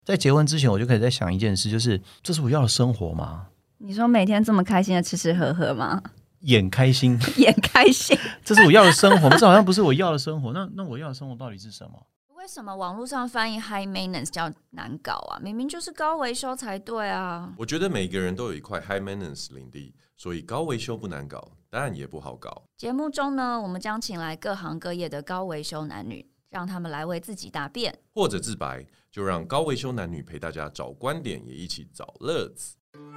在结婚之前我就开始在想一件事，就是这是我要的生活吗？ 你说每天这么开心的吃吃喝喝吗？ 演开心演开心这是我要的生活吗？这好像不是我要的生活。那我要的生活到底是什么？ 为什么网络上翻译 high maintenance 叫难搞啊？明明就是高维修才对啊。 我觉得每个人都有一块 high maintenance 领地，所以高维修不难搞，当然也不好搞。 节目中呢，我们将请来各行各业的高维修男女，让他们来为自己答辩， 或者自白，就让高维修男女陪大家找观点，也一起找乐子。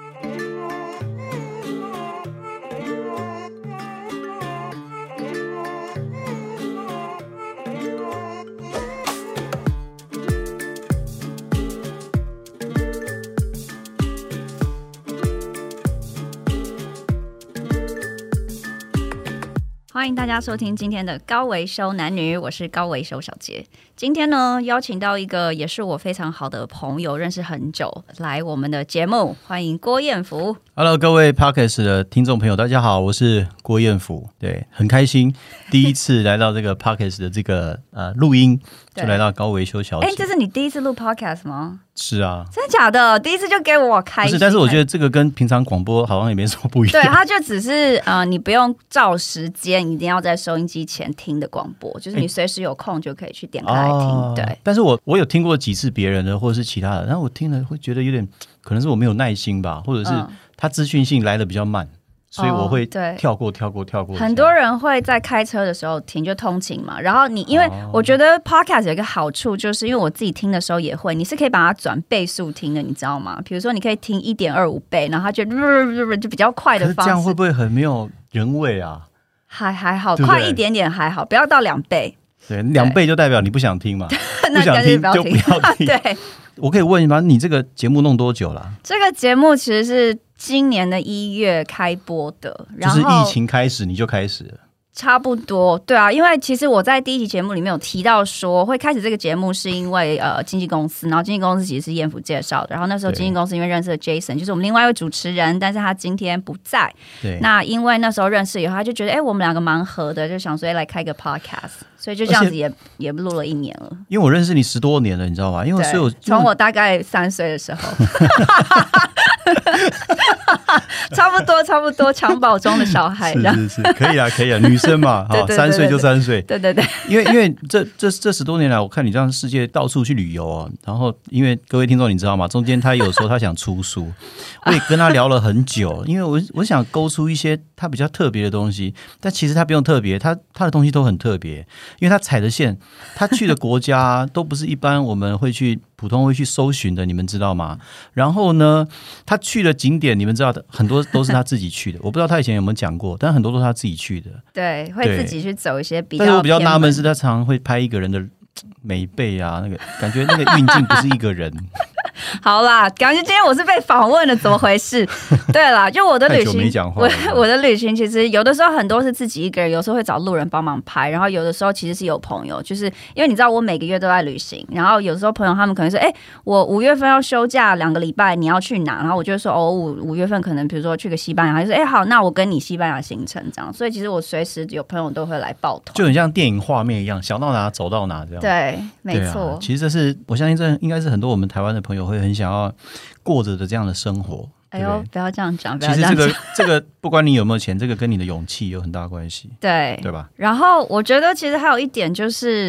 欢迎大家收听今天的高维修男女，我是高维修小杰。今天呢，邀请到一个也是我非常好的朋友，认识很久，来我们的节目，欢迎郭彦甫。 Hello， 各位 Podcast 的听众朋友，大家好，我是郭彦甫。对，很开心，第一次来到这个 Podcast 的这个录音，就来到高维修小姐。 这是你第一次录 Podcast 吗？ 是啊， 真的假的？第一次就给我开心？ 不是，但是我觉得这个跟平常广播好像也没什么不一样。 对，它就只是你不用照时间，一定要在收音机前听的广播，就是你随时有空就可以去点开来听。对， 但是我有听过几次别人的或者是其他的，然后我听了会觉得有点，可能是我没有耐心吧，或者是它资讯性来的比较慢。所以我会跳过。 很多人会在开车的时候听，就通勤嘛。然后因为我觉得 podcast 有一个好处，就是因为我自己听的时候也会，你是可以把它转倍速听的，你知道吗？比如说你可以听 1.25 倍，然后它就比较快的方式。 可是这样会不会很没有人味啊？ 还好， 对不对？ 快一点点还好，不要到2倍。 对，2倍就代表你不想听嘛，不想听就不要听。 对， 我可以问吗？你这个节目弄多久了？ 这个节目其实是今年的1月开播的，然后就是疫情开始你就开始了。 差不多，对啊，因为其实我在第一集节目里面有提到说，会开始这个节目是因为经纪公司，然后经纪公司其实是彦甫介绍的，然后那时候经纪公司因为认识了 Jason， 就是我们另外一位主持人，但是他今天不在。 对， 那因为那时候认识以后，他就觉得我们两个蛮合的，就想说来开个 podcast， 所以就这样子也录了1年了。 因为我认识你10多年了，你知道吗？因为所以我从我大概3岁的时候。差不多襁褓中的小孩， 是，可以啊，女生嘛，3岁就3岁， 对， 因为这10多年来，我看你这样世界到处去旅游啊，然后因为各位听众你知道吗？中间他有说他想出书，我也跟他聊了很久，因为我想勾出一些他比较特别的东西，但其实他不用特别，他的东西都很特别，因为他踩的线，他去的国家都不是一般我们普通会去搜寻的，你们知道吗？然后呢，他去的景点，你们知道的很多都是他自己去的。我不知道他以前有没有讲过，但很多都是他自己去的。 对，会自己去走一些比较。 但是我比较纳闷是，他常常会拍一个人的美背啊，那个感觉那个运镜不是一个人。 好啦，感觉今天我是被访问了，怎么回事？对啦，就我的旅行，我的旅行其实有的时候很多是自己一个人，有时候会找路人帮忙拍，然后有的时候其实是有朋友，就是因为你知道我每个月都在旅行，然后有的时候朋友他们可能说，我5月份要休假2个礼拜，你要去哪？然后我就说5月份可能比如说去个西班牙，他就说好，那我跟你西班牙行程这样，所以其实我随时有朋友都会来报团， 就很像电影画面一样，想到哪走到哪这样。 对，没错。 其实这是我相信这应该是很多我们台湾的朋友会很想要过着的这样的生活。 不要这样讲， 其实这个不管你有没有钱，这个跟你的勇气有很大关系，对吧？ 然后我觉得其实还有一点就是，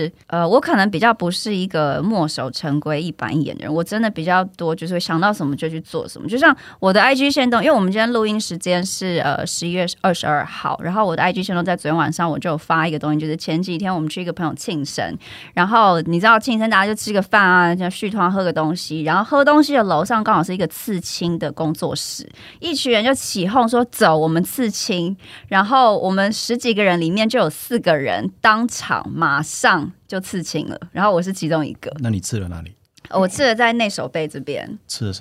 我可能比较不是一个墨守成规、一板一眼的人，我真的比较多就是想到什么就去做什么。就像我的 IG 限动，因为我们今天录音时间是11月22号，然后我的 IG 限动在昨天晚上我就有发一个东西，就是前几天我们去一个朋友庆生，然后你知道庆生大家就吃个饭啊，就续团喝个东西，然后喝东西的楼上刚好是一个刺青的工作室，一群人就起哄说走，我们刺青，然后我们10几个人里面就有4个人当场马上就刺青了，然后我是其中一个。 那你刺了哪里？ 我刺了在内手背这边。 刺了什么？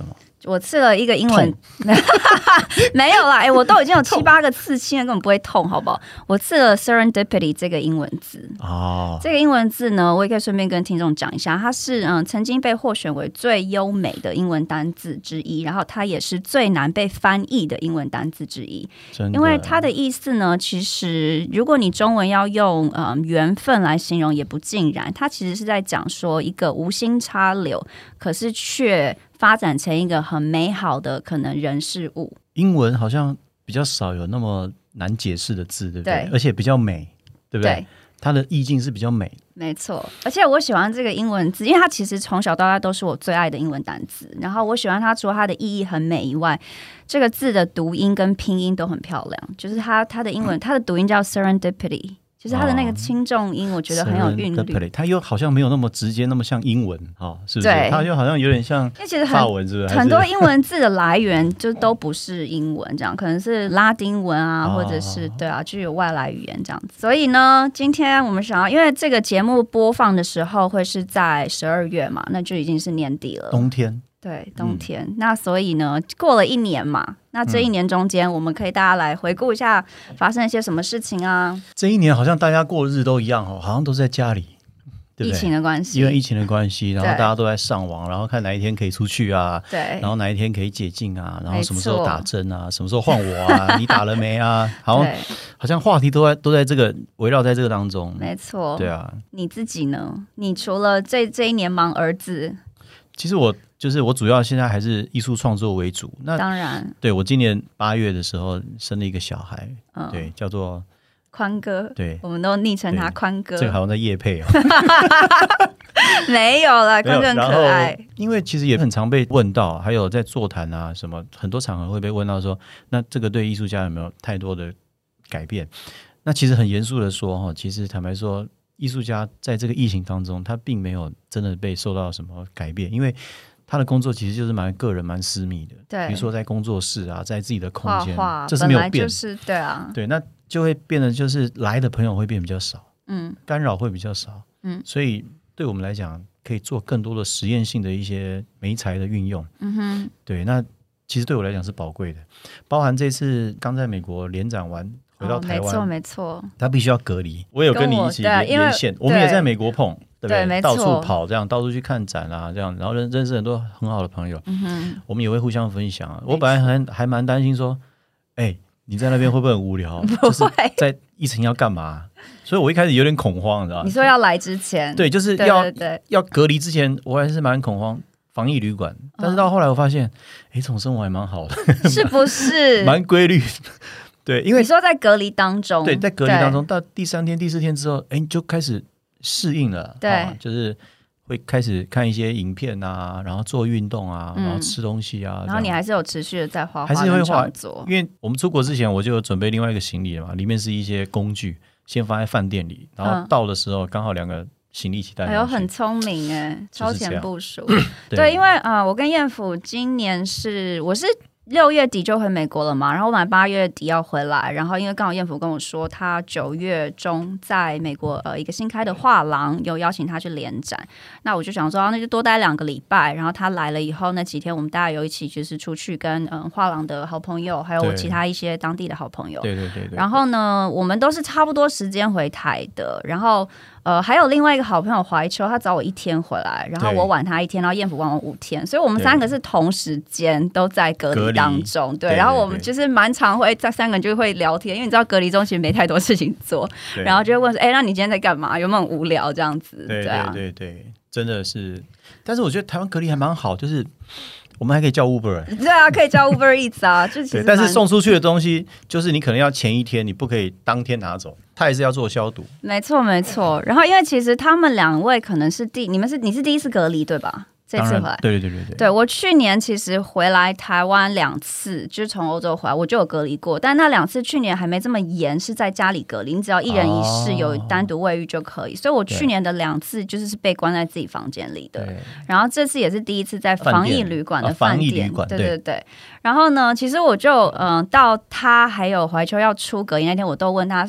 我刺了一个英文，没有啦，我都已经有7、8个刺青了，根本不会痛，好不好？我刺了 serendipity 这个英文字。这个英文字呢，我也可以顺便跟听众讲一下，它是曾经被获选为最优美的英文单字之一，然后它也是最难被翻译的英文单字之一。因为它的意思呢，其实如果你中文要用缘分来形容，也不尽然，它其实是在讲说一个无心插柳，可是却发展成一个很美好的可能人事物。 英文好像比较少有那么难解释的字，对不对？ 对， 而且比较美，对不对？ 对， 它的意境是比较美。 没错，而且我喜欢这个英文字，因为它其实从小到大都是我最爱的英文单词。然后我喜欢它，除了它的意义很美以外，这个字的读音跟拼音都很漂亮。就是它的英文，它的读音叫 serendipity。就是它的那个轻重音，我觉得很有韵律。 它又好像没有那么直接，那么像英文，是不是？它又好像有点像法文，是不是？ 很多英文字的来源就都不是英文，这样可能是拉丁文啊，或者是对啊，就有外来语言这样子。所以呢，今天我们想要，因为这个节目播放的时候会是在12月嘛，那就已经是年底了， 冬天。 对，冬天。那所以呢，过了1年嘛，那这1年中间，我们可以大家来回顾一下发生了些什么事情啊。 这1年好像大家过日都一样好像都是在家里，对不对？ 疫情的关系， 因为疫情的关系，然后大家都在上网，然后看哪一天可以出去啊， 对， 然后哪一天可以解禁啊，然后什么时候打针啊，什么时候换我啊，你打了没啊？好像话题都在这个围绕在这个当中， 没错， 对啊。 你自己呢？你除了这1年忙儿子， 其实我主要现在还是艺术创作为主。那当然， 对，我今年8月的时候生了一个小孩，对，叫做宽哥， 对， 我们都昵称他宽哥。 这个好像在业配哦， 没有啦，宽哥很可爱。 因为其实也很常被问到，还有在座谈啊什么，很多场合会被问到说，那这个对艺术家有没有太多的改变？那其实很严肃的说，其实坦白说，艺术家在这个疫情当中，他并没有真的被受到什么改变，因为他的工作其实就是蛮个人、蛮私密的。对，比如说在工作室啊，在自己的空间，这是没有变， 就是对啊， 对，那就会变得就是来的朋友会变比较少，干扰会比较少，所以对我们来讲，可以做更多的实验性的一些媒材的运用，对，那其实对我来讲是宝贵的，包含这次刚在美国联展完。回到台湾， 没错， 他必须要隔离。我有跟你一起连线，我们也在美国碰，对不对？到处跑，这样到处去看展啊，这样，然后认识很多很好的朋友。我们也会互相分享。我本来还蛮担心说，你在那边会不会很无聊？就是在疫情要干嘛？所以我一开始有点恐慌，你知道吗？ 你说要来之前， 对，就是要隔离之前，我还是蛮恐慌。防疫旅馆，但是到后来我发现，这种生活还蛮好的， 是不是？ 蛮规律。对，因为你说在隔离当中， 对，在隔离当中，到第3天、第4天之后，你就开始适应了，对，就是会开始看一些影片啊，然后做运动啊，然后吃东西啊， 然后你还是有持续的在画画， 还是会画作。 因为我们出国之前，我就有准备另外一个行李了嘛，里面是一些工具，先放在饭店里，然后到的时候刚好2个行李一起带上去。 很聪明超前部署。对，因为我跟燕府今年我是6月底就回美国了嘛，然后我满8月底要回来，然后因为刚好燕府跟我说他9月中在美国一个新开的画廊有邀请他去联展，那我就想说那就多待2个礼拜，然后他来了以后那几天我们大家有一起就是出去跟画廊的好朋友还有我其他一些当地的好朋友，对，然后呢我们都是差不多时间回台的，然后还有另外一个好朋友怀秋，他早我1天回来，然后我晚他1天，然后燕府晚我5天，所以我们3个是同时间都在隔离当中，对，然后我们就是蛮常会在3个人就会聊天，因为你知道隔离中其实没太多事情做，然后就会问说，那你今天在干嘛？有没有很无聊这样子？ 对，真的是。但是我觉得台湾隔离还蛮好，就是我们还可以叫 Uber， 对啊，可以叫 Uber Eats 啊，就其实但是送出去的东西，就是你可能要前1天，你不可以当天拿走，他也是要做消毒。 没错。然后因为其实他们2位可能是你是第1次隔离对吧？这次回来，对，我去年其实回来台湾2次，就是从欧洲回来，我就有隔离过，但那2次去年还没这么严，是在家里隔离，你只要1人1室有单独卫浴就可以，所以我去年的2次就是被关在自己房间里的，然后这次也是第1次在防疫旅馆的饭店，对。然后呢，其实我就到他还有怀秋要出隔离那天，我都问他说，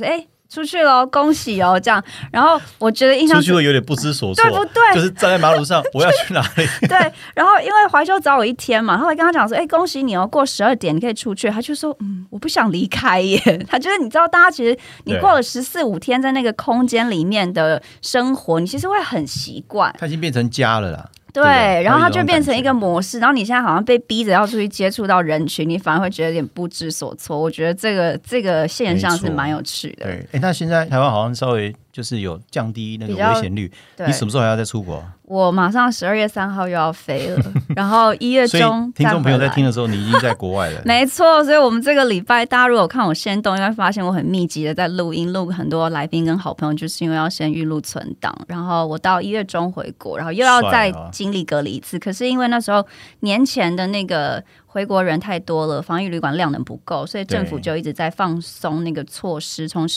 出去咯，恭喜哦，这样。然后我觉得印象出去会有点不知所措， 对不对？ 就是站在马路上，我要去哪里？ 对。然后因为怀修早我一天嘛，后来跟他讲说，恭喜你哦，过12点你可以出去。他就说，我不想离开耶。他就是你知道，大家其实你过了14-15天在那个空间里面的生活，你其实会很习惯， 它已经变成家了啦。 对，然后它就变成一个模式，然后你现在好像被逼着要出去接触到人群，你反而会觉得有点不知所措。我觉得这个现象是蛮有趣的。 对，那现在台湾好像稍微就是有降低那个危险率。你什么时候还要再出国？ 我马上12月3号又要飞了，然后1月中。所以听众朋友在听的时候，你已经在国外了。 没错，所以我们这个礼拜，大家如果看我限动，应该发现我很密集的在录很多来宾跟好朋友，就是因为要先预录存档。然后我到1月中回国，然后又要再经历隔离一次。可是因为那时候年前的那个回国人太多了，防疫旅馆量能不够，所以政府就一直在放松那个措施，从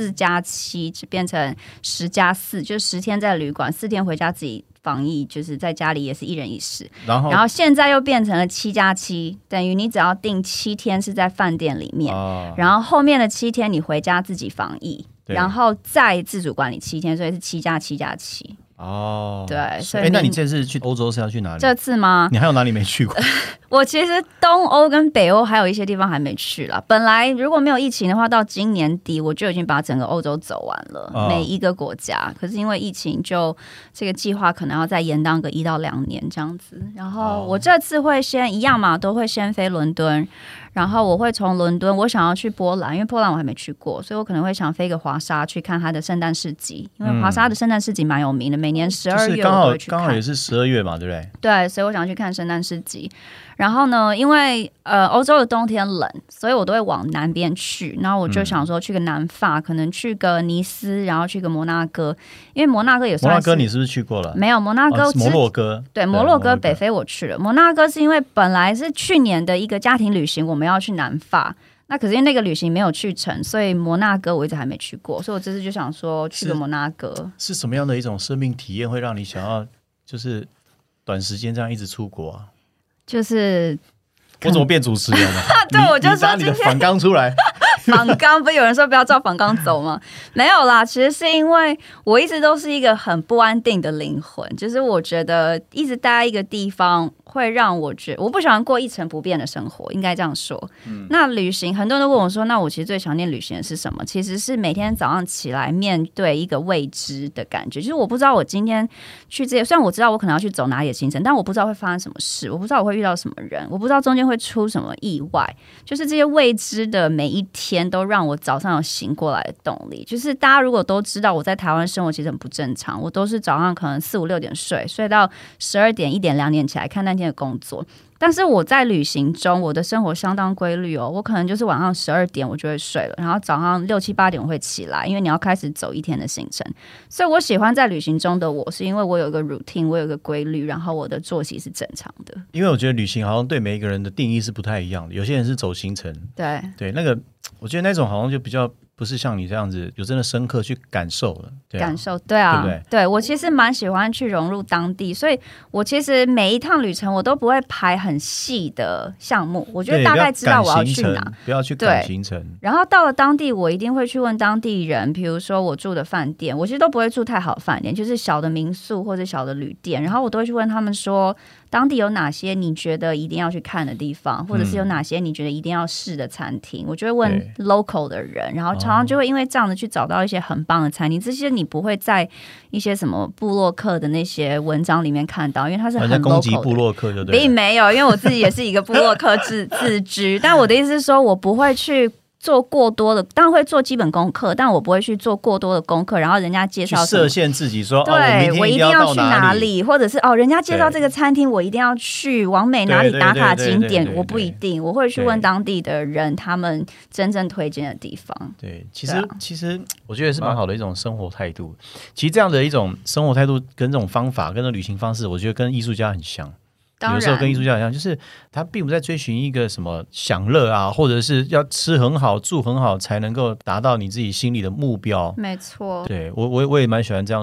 14+7变成10+4，就10天在旅馆，4天回家自己防疫，就是在家里也是1人1室。然后现在又变成了7+7，等于你只要定7天是在饭店里面，然后后面的7天你回家自己防疫，然后再自主管理7天，所以是7+7+7。对，所以那你这次去欧洲是要去哪里？ 这次吗？ 你还有哪里没去过？ 我其实东欧跟北欧还有一些地方还没去啦。本来如果没有疫情的话，到今年底我就已经把整个欧洲走完了，每一个国家。可是因为疫情，就这个计划可能要再延宕个1到2年这样子。然后我这次会先一样嘛，都会先飞伦敦。然后我会从伦敦，我想要去波兰，因为波兰我还没去过，所以我可能会想飞个华沙去看它的圣诞市集，因为华沙的圣诞市集蛮有名的，每年12月我都会去看。 刚好也是12月嘛，对不对？ 对，所以我想去看圣诞市集。然后呢，因为欧洲的冬天冷，所以我都会往南边去。然后我就想说去个南法，可能去个尼斯，然后去个摩纳哥，因为摩纳哥也算是。 摩纳哥你是不是去过了？ 没有，摩纳哥、 摩洛哥。 对，摩洛哥北非我去了。摩纳哥是因为本来是去年的一个家庭旅行，我们要去南法。那可是因为那个旅行没有去成，所以摩纳哥我一直还没去过，所以我这次就想说去个摩纳哥。 是什么样的一种生命体验会让你想要就是短时间这样一直出国啊？ 就是我怎么变主持人了？ 对，我就说你的反纲出来。 仿纲不是有人说不要照仿纲走吗？没有啦，其实是因为我一直都是一个很不安定的灵魂，就是我觉得一直待在一个地方会让我觉得我不喜欢过一成不变的生活，应该这样说。那旅行很多人都问我说，那我其实最想念旅行的是什么？其实是每天早上起来面对一个未知的感觉，就是我不知道我今天去这些，虽然我知道我可能要去走哪里的行程，但我不知道会发生什么事，我不知道我会遇到什么人，我不知道中间会出什么意外，就是这些未知的每一天都让我早上有醒过来的动力。就是大家如果都知道我在台湾生活其实很不正常，我都是早上可能4、5、6点睡到12点、1点、2点起来看那天的工作。但是我在旅行中，我的生活相当规律哦。我可能就是晚上12点我就会睡了，然后早上6、7、8点我会起来，因为你要开始走一天的行程。所以我喜欢在旅行中的我，是因为我有一个 routine， 我有一个规律，然后我的作息是正常的。 因为我觉得旅行好像对每一个人的定义是不太一样的，有些人是走行程，对，那个我觉得那种好像就比较不是像你这样子有真的深刻去感受了， 感受对啊，对不对？对，我其实蛮喜欢去融入当地，所以我其实每一趟旅程我都不会排很细的项目，我觉得大概知道我要去哪， 不要去赶行程。 然后到了当地，我一定会去问当地人，比如说我住的饭店，我其实都不会住太好的饭店，就是小的民宿或者小的旅店，然后我都会去问他们说，当地有哪些你觉得一定要去看的地方，或者是有哪些你觉得一定要试的餐厅，我就会问 local 的人，然后常常就会因为这样子去找到一些很棒的餐厅，这些你不会在一些什么部落客的那些文章里面看到，因为它是很 local 的。攻击部落客就对了， 并没有，因为我自己也是一个部落客自居，但我的意思是说，我不会去做过多的，当然会做基本功课，但我不会去做过多的功课，然后人家介绍设限自己说， 对、我一定要去哪里，或者是人家介绍这个餐厅，我一定要去往美哪里打卡景点，我不一定，我会去问当地的人，他们真正推荐的地方。 对，其实我觉得是蛮好的一种生活态度。其实这样的一种生活态度跟这种方法跟这种旅行方式，我觉得跟艺术家很像。有时候跟艺术家一样，就是他并不在追寻一个什么享乐啊，或者是要吃很好住很好才能够达到你自己心里的目标。 没错， 对，我也蛮喜欢这样的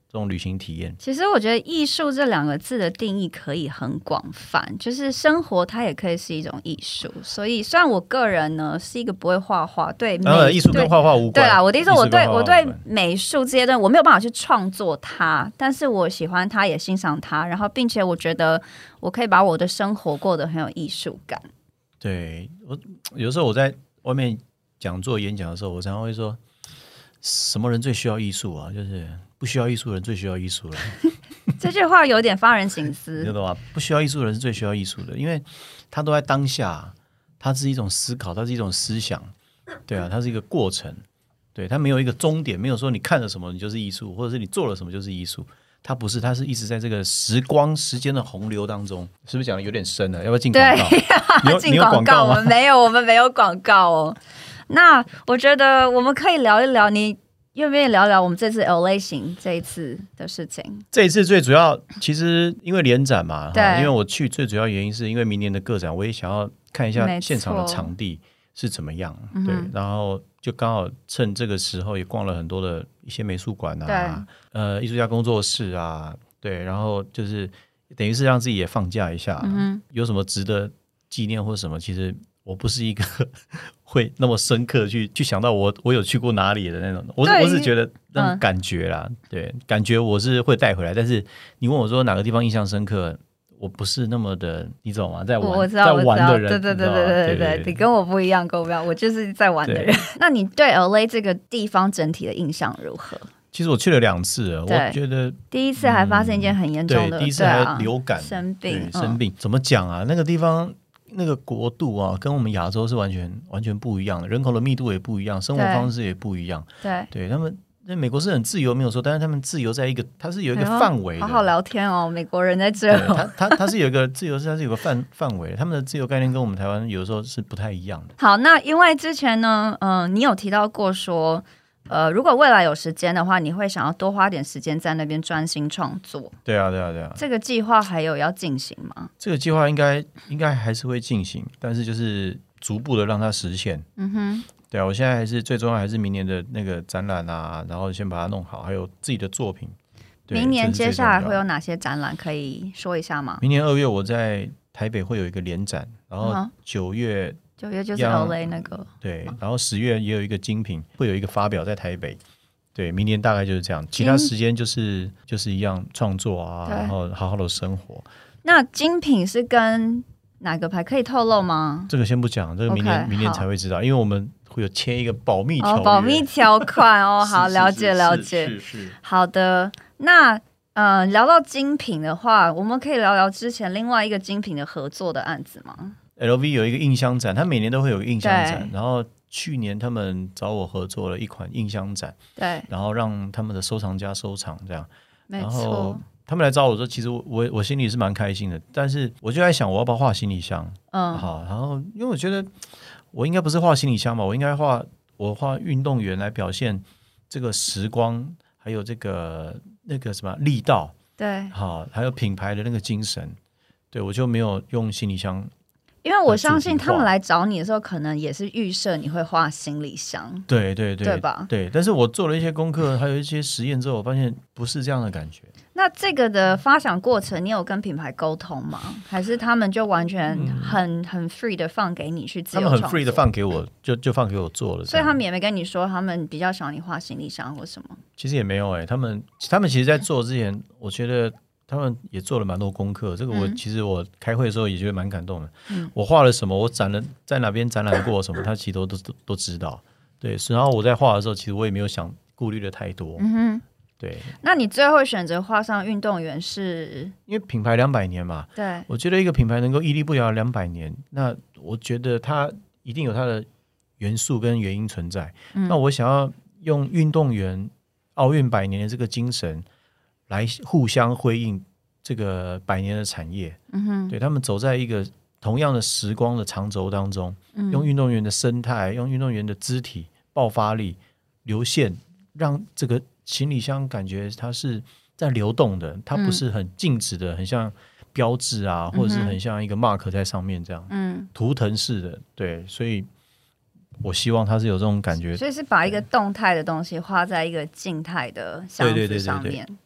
这种旅行体验。 其实我觉得艺术这2个字的定义可以很广泛，就是生活它也可以是一种艺术。所以虽然我个人呢是一个不会画画，对美艺术跟画画无关。 对啦，我的意思说我对美术这些东西我没有办法去创作它，但是我喜欢它也欣赏它，然后并且我觉得我可以把我的生活过得很有艺术感。 对，有时候我在外面讲座演讲的时候，我常常会说，什么人最需要艺术啊？就是不需要艺术的人最需要艺术了。 这句话有点发人省思， 知道吗？不需要艺术的人是最需要艺术的，因为他都在当下，它是一种思考，它是一种思想，对啊，它是一个过程，对，它没有一个终点，没有说你看了什么你就是艺术，或者是你做了什么就是艺术，它不是，它是一直在这个时间的洪流当中，是不是讲的有点深了？要不要进广告？ 对，进广告我们没有广告哦。那我觉得我们可以聊一聊，你愿不愿意聊聊我们这次 LA 行这一次的事情？这一次最主要，其实因为联展嘛，因为我去最主要原因是因为明年的个展，我也想要看一下现场的场地是怎么样，对，然后就刚好趁这个时候也逛了很多的一些美术馆啊，艺术家工作室啊，对，然后就是等于是让自己也放假一下，有什么值得纪念或什么，其实我不是一个会那么深刻去想到我有去过哪里的那种，我是觉得那种感觉啦，对，感觉我是会带回来，但是你问我说哪个地方印象深刻，我不是那么的，你懂吗？在玩的人， 对，你跟我不一样，我就是在玩的人。那你对 LA 这个地方整体的印象如何？ 其实我去了2次了，我觉得第一次还发生一件很严重的， 第一次还流感生病， 怎么讲啊？那个地方。那个国度啊，跟我们亚洲是完全不一样的，人口的密度也不一样，生活方式也不一样。对，他们美国是很自由没有错，但是他们自由在它是有一个范围的。 好好聊天哦，美国人在这。 它是有一个自由，它是有个范围的。他们的自由概念跟我们台湾有时候是不太一样的。 好，那因为之前呢，你有提到过说。如果未来有时间的话，你会想要多花点时间在那边专心创作。 对啊。 这个计划还有要进行吗？ 这个计划应该还是会进行，但是就是逐步的让它实现。对啊，我现在还是最重要还是明年的那个展览啊，然后先把它弄好，还有自己的作品。 明年接下来会有哪些展览可以说一下吗？ 明年2月我在台北会有一个联展，然后9月就是 LA 那个， 对，然后10月也有一个精品，会有一个发表在台北。对，明年大概就是这样，其他时间就是一样创作啊，然后好好的生活。 那精品是跟哪个牌可以透露吗？ 这个先不讲，这个明年才会知道，因为我们会有签一个保密条约， 保密条款哦。好，了解。 是好的，那聊到精品的话，我们可以聊聊之前另外一个精品的合作的案子吗 ？LV 有一个印象展，它每年都会有印象展，然后去年他们找我合作了一款印象展， 对， 然后让他们的收藏家收藏这样， 没错。 然后他们来找我说，其实我心里是蛮开心的，但是我就在想，我要不要画行李箱？好，然后因为我觉得我应该不是画行李箱嘛，我应该画运动员来表现这个时光，还有这个那个什么力道， 对， 好，还有品牌的那个精神，对，我就没有用行李箱。 因为我相信他们来找你的时候，可能也是预设你会画行李箱， 对吧？ 对，但是我做了一些功课，还有一些实验之后，我发现不是这样的感觉。 那这个的发想过程，你有跟品牌沟通吗？还是他们就完全很 free 的放给你去自由创作？ 他们很 free 的放给我，就放给我做了。 所以他们也没跟你说他们比较想你画行李箱或什么？ 其实也没有他们其实在做之前，我觉得。他们也做了蛮多功课，这个其实我开会的时候也觉得蛮感动的。我画了什么，我在哪边展览过什么，他其实都知道。对，然后我在画的时候，其实我也没有顾虑的太多。对。 那你最后选择画上运动员是？ 因为品牌200年嘛。 对。 我觉得一个品牌能够屹立不摇200年，那我觉得它一定有它的元素跟原因存在。那我想要用运动员奥运100年的这个精神。来互相辉映这个100年的产业，对，他们走在一个同样的时光的长轴当中，用运动员的生态，用运动员的肢体爆发力流线，让这个行李箱感觉它是在流动的，它不是很静止的，很像标志啊，或者是很像一个 mark 在上面这样，图腾式的，对，所以我希望它是有这种感觉， 所以是把一个动态的东西画在一个静态的箱子上面。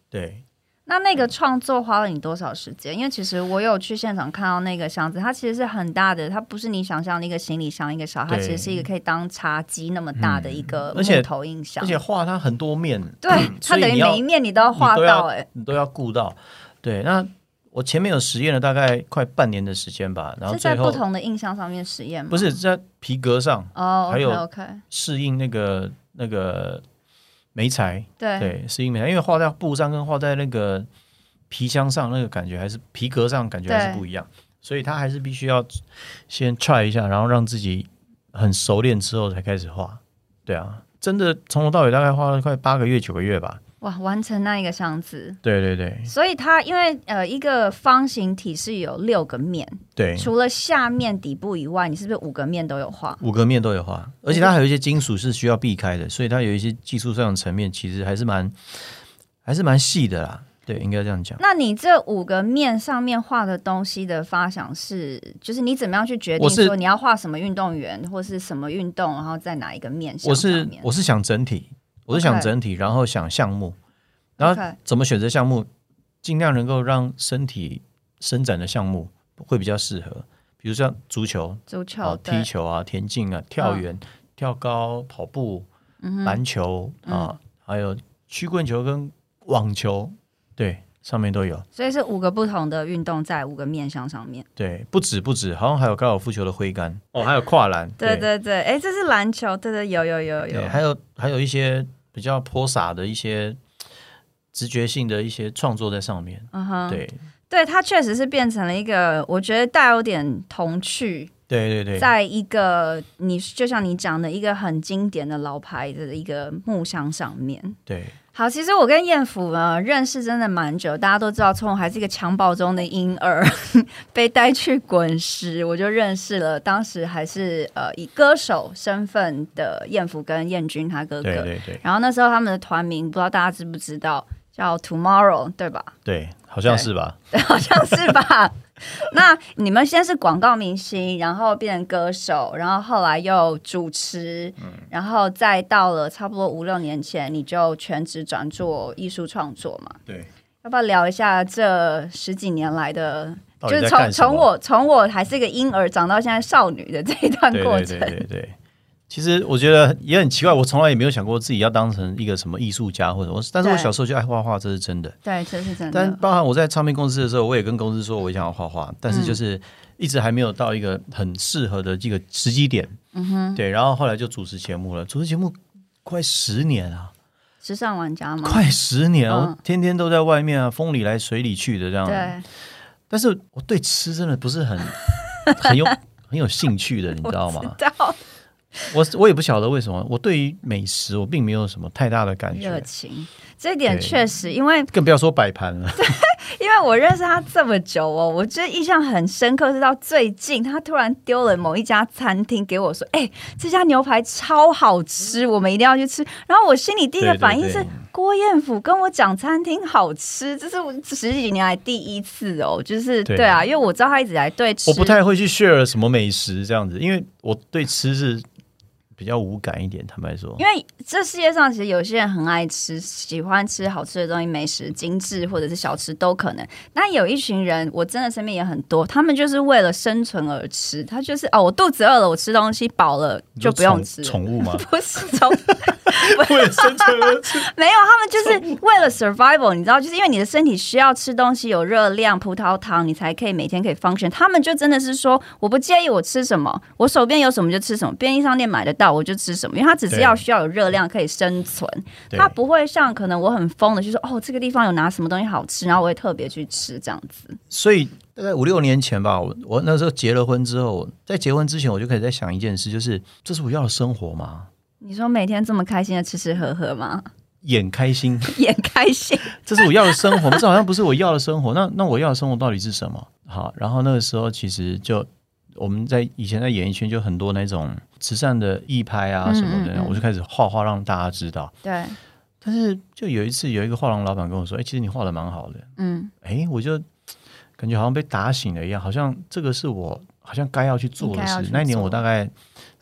对。 那个创作花了你多少时间？因为其实我有去现场看到那个箱子，它其实是很大的，它不是你想象的一个行李箱一个小，它其实是一个可以当茶几那么大的一个木头音箱， 而且画它很多面， 对，它等于每一面你都要画到， 你都要顾到。对，那我前面有实验了大概快半年的时间吧，然后最后是在不同的印象上面实验吗？ 不是在皮革上还有 OK 适应那个媒材，对，适应媒材，因为画在布上跟画在那个皮箱上那个感觉还是皮革上感觉还是不一样，所以他还是必须要先 try 一下，然后让自己很熟练之后才开始画。对啊，真的从头到尾大概花了快8个月9个月吧。 哇，完成那一个箱子。 对对对， 所以它因为一个方形体是有6个面， 对， 除了下面底部以外，你是不是5个面都有画 ？5个面都有画，而且它还有一些金属是需要避开的，所以它有一些技术上的层面，其实还是蛮细的啦。对，应该这样讲。 那你这5个面上面画的东西的发想是，就是你怎么样去决定说你要画什么运动员或是什么运动，然后在哪一个面向上面？ 我是想整体，然后想项目，然后怎么选择项目，尽量能够让身体伸展的项目会比较适合，比如像足球、踢球啊、田径啊、跳远、跳高、跑步、篮球啊，还有曲棍球跟网球。对，上面都有， 所以是5个不同的运动在5个面向上面。 对，不止，好像还有高尔夫球的挥杆还有跨栏。 对，哎，这是篮球，对，有。 对，还有一些比较泼洒的一些直觉性的一些创作在上面。 对，它确实是变成了一个，我觉得带有点童趣。 对， 在一个就像你讲的一个很经典的老牌的一个木箱上面。 对。 好，其实我跟彦甫认识真的蛮久，大家都知道，从我还是一个襁褓中的婴儿被带去滚石，我就认识了当时还是以歌手身份的彦甫跟彦君他哥哥。 对。 然后那时候他们的团名不知道大家知不知道，叫 Tomorrow， 对吧？ 对，好像是吧？ 对，好像是吧？那你们先是广告明星，然后变成歌手，然后后来又主持，然后再到了差不多5-6年前，你就全职转做艺术创作嘛？ 对， 要不要聊一下这10几年来的，就是从我还是一个婴儿长到现在少女的这一段过程？ 对。其实我觉得也很奇怪，我从来也没有想过自己要当成一个什么艺术家或者但是我小时候就爱画画，这是真的。 对，这是真的。 但包含我在唱片公司的时候，我也跟公司说我想要画画，但是就是一直还没有到一个很适合的这个时机点。对，然后后来就主持节目了，主持节目快10年啊。 时尚玩家吗？ 快10年，我天天都在外面啊，风里来水里去的这样。 对。 但是我对吃真的不是很有兴趣的，你知道吗？ 我知道。 我也不晓得为什么，我对于美食我并没有什么太大的感觉热情，这一点确实，因为更不要说摆盘了。 因为我认识他这么久我觉得印象很深刻，是到最近他突然丢了某一家餐厅给我说：“这家牛排超好吃，我们一定要去吃。”然后我心里第一个反应是，郭彦甫跟我讲餐厅好吃，这是我10几年来第一次就是对啊，因为我知道他一直来对吃， 我不太会去 share 什么美食这样子，因为我对吃是比较无感一点，坦白说。 因为这世界上其实有些人很爱吃，喜欢吃好吃的东西，美食、精致或者是小吃都可能。那有一群人，我真的身边也很多，他们就是为了生存而吃。他就是我肚子饿了，我吃东西饱了就不用吃。 宠物吗？ 不是宠物。 为了生存而吃？ 没有，他们就是为了 survival， 你知道，就是因为你的身体需要吃东西，有热量、葡萄糖，你才可以每天可以 function。他们就真的是说，我不介意我吃什么，我手边有什么就吃什么，便利商店买得到我就吃什么，因为它只是需要有热量可以生存，它不会像可能我很疯的，就是这个地方有拿什么东西好吃，然后我会特别去吃这样子。 所以大概5-6年前吧，我那时候结了婚之后，在结婚之前我就开始在想一件事，就是这是我要的生活吗？ 你说每天这么开心的吃吃喝喝吗？ 演开心， 演开心， 这是我要的生活，这好像不是我要的生活。那我要的生活到底是什么？好，然后那个时候其实就我们以前在演艺圈就很多那种慈善的义拍啊什么的，我就开始画画让大家知道。 对。 但是就有一次有一个画廊老板跟我说：“其实你画的蛮好的。”我就感觉好像被打醒了一样，好像这个是我好像该要去做的事。那一年我大概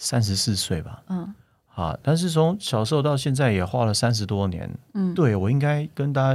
34岁吧。但是从小时候到现在也画了30多年。对，我应该跟大家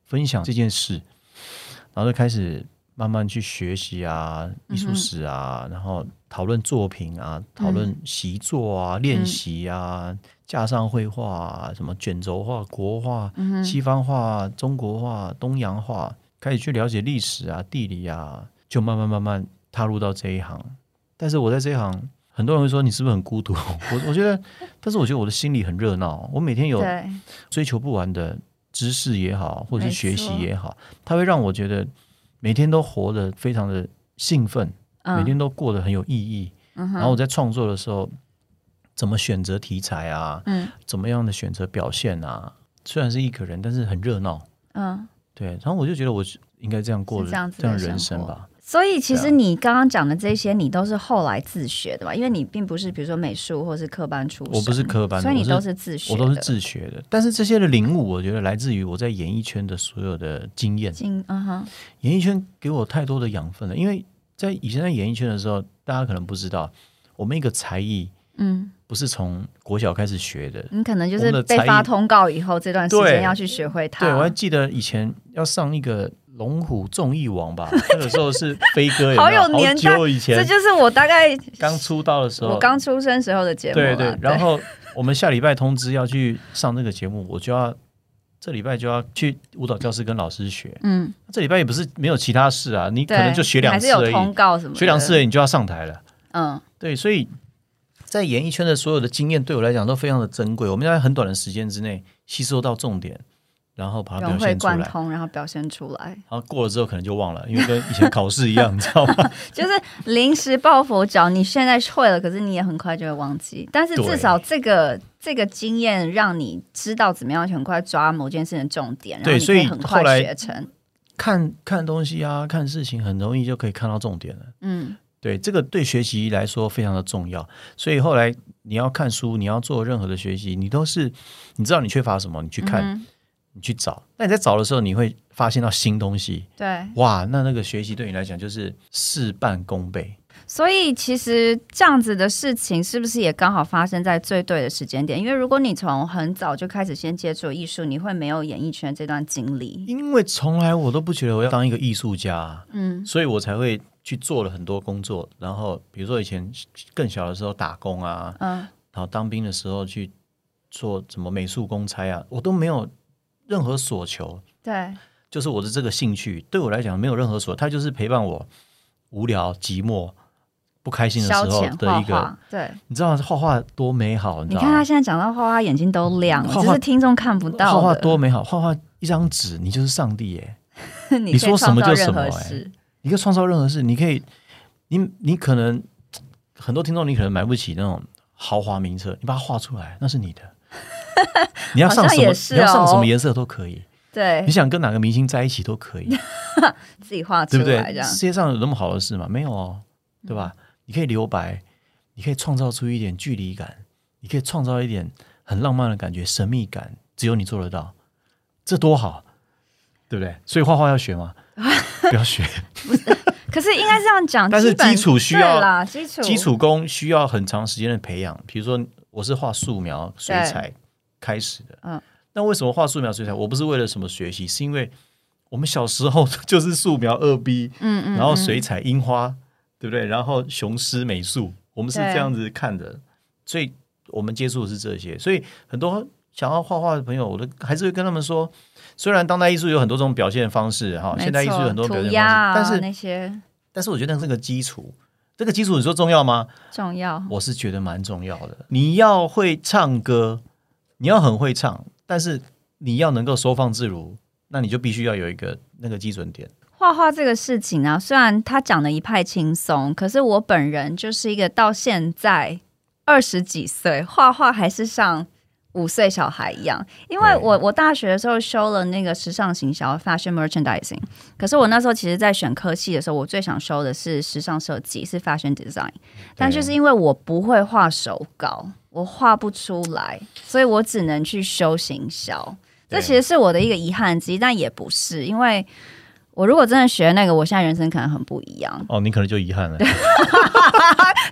分享这件事，然后就开始慢慢去学习啊，艺术史啊，然后讨论作品啊，讨论习作啊，练习啊，架上绘画啊，什么卷轴画、国画、西方画、中国画、东洋画，开始去了解历史啊、地理啊，就慢慢踏入到这一行。但是我在这一行，很多人会说你是不是很孤独？我觉得，但是我觉得我的心里很热闹，我每天有追求不完的知识也好，或者是学习也好，它会让我觉得每天都活得非常的兴奋，每天都过得很有意义。然后我在创作的时候，怎么选择题材啊，怎么样的选择表现啊，虽然是一个人，但是很热闹。对，然后我就觉得我应该这样过这样人生吧。 所以其实你刚刚讲的这些，你都是后来自学的吧？因为你并不是比如说美术或是科班出身， 我不是科班的， 所以你都是自学的。 我都是自学的。但是这些的领悟，我觉得来自于我在演艺圈的所有的经验。演艺圈给我太多的养分了，因为以前在演艺圈的时候，大家可能不知道，我们一个才艺，不是从国小开始学的， 你可能就是被发通告以后这段时间要去学会它。 对，我还记得以前要上一个龙虎综艺王吧，那个时候是飞哥， 好有年代， 好久以前， 这就是我大概刚出道的时候， 我刚出生时候的节目。 对，然后我们下礼拜通知要去上那个节目，我就要这礼拜就要去舞蹈教室跟老师学。这礼拜也不是没有其他事啊，你可能就学2次而已，还是有通告什么的， 学2次而已你就要上台了。对，所以在演艺圈的所有的经验对我来讲都非常的珍贵，我们要在很短的时间之内吸收到重点，然后把它表现出来， 融会贯通，然后表现出来。 然后过了之后可能就忘了，因为跟以前考试一样，你知道吗？ 就是临时抱佛脚，你现在会了，可是你也很快就会忘记。但是至少这个经验让你知道怎么样很快抓某件事情的重点，然后你可以很快学成。 看东西啊，看事情很容易就可以看到重点了。对，这个对学习来说非常的重要。所以后来你要看书，你要做任何的学习，你都是你知道你缺乏什么，你去看。你去找，那你在找的时候，你会发现到新东西。 对， 哇，那个学习对你来讲就是事半功倍。 所以其实这样子的事情，是不是也刚好发生在最对的时间点？因为如果你从很早就开始先接触艺术，你会没有演艺圈这段经历。 因为从来我都不觉得我要当一个艺术家，所以我才会去做了很多工作。然后比如说以前更小的时候打工啊，然后当兵的时候去做什么美术公差啊，我都没有任何所求。 对， 就是我的这个兴趣对我来讲没有任何所求，它就是陪伴我无聊寂寞不开心的时候的一个。对，你知道画画多美好， 你看他现在讲到画画眼睛都亮了，只是听众看不到的。 画画多美好，画画一张纸你就是上帝耶你说什么就什么你可以创造任何事。你可以你可能很多听众你可能买不起那种豪华名车，你把它画出来那是你的你要上什么你要上什么颜色都可以。 对， 你想跟哪个明星在一起都可以自己画出来，对不对？ 世界上有那么好的事吗？没有哦，对吧？你可以留白，你可以创造出一点距离感，你可以创造一点很浪漫的感觉，神秘感，只有你做得到，这多好，对不对？所以画画要学吗？不要学可是应该这样讲， 但是基础需要啦， 基础功需要很长时间的培养。比如说我是画素描水彩开始的，那为什么画素描水彩？我不是为了什么学习，是因为我们小时候就是素描2B，然后水彩樱花，对不对？然后雄狮美术，我们是这样子看的，所以我们接触的是这些。所以很多想要画画的朋友，我都还是会跟他们说，虽然当代艺术有很多种表现方式，现代艺术有很多表现方式，但是我觉得这个基础你说重要吗？ 重要，我是觉得蛮重要的。你要会唱歌，你要很会唱，但是你要能够收放自如，那你就必须要有一个那个基准点。 画画这个事情啊，虽然他讲的一派轻松，可是我本人就是一个到现在20几岁，画画还是像5岁小孩一样。因为我大学的时候修了那个时尚行销 fashion merchandising， 可是我那时候其实在选科系的时候，我最想修的是时尚设计，是 fashion design， 但就是因为我不会画手稿，我画不出来，所以我只能去修行销。这其实是我的一个遗憾之一，但也不是，因为我如果真的学那个，我现在人生可能很不一样。 你可能就遗憾了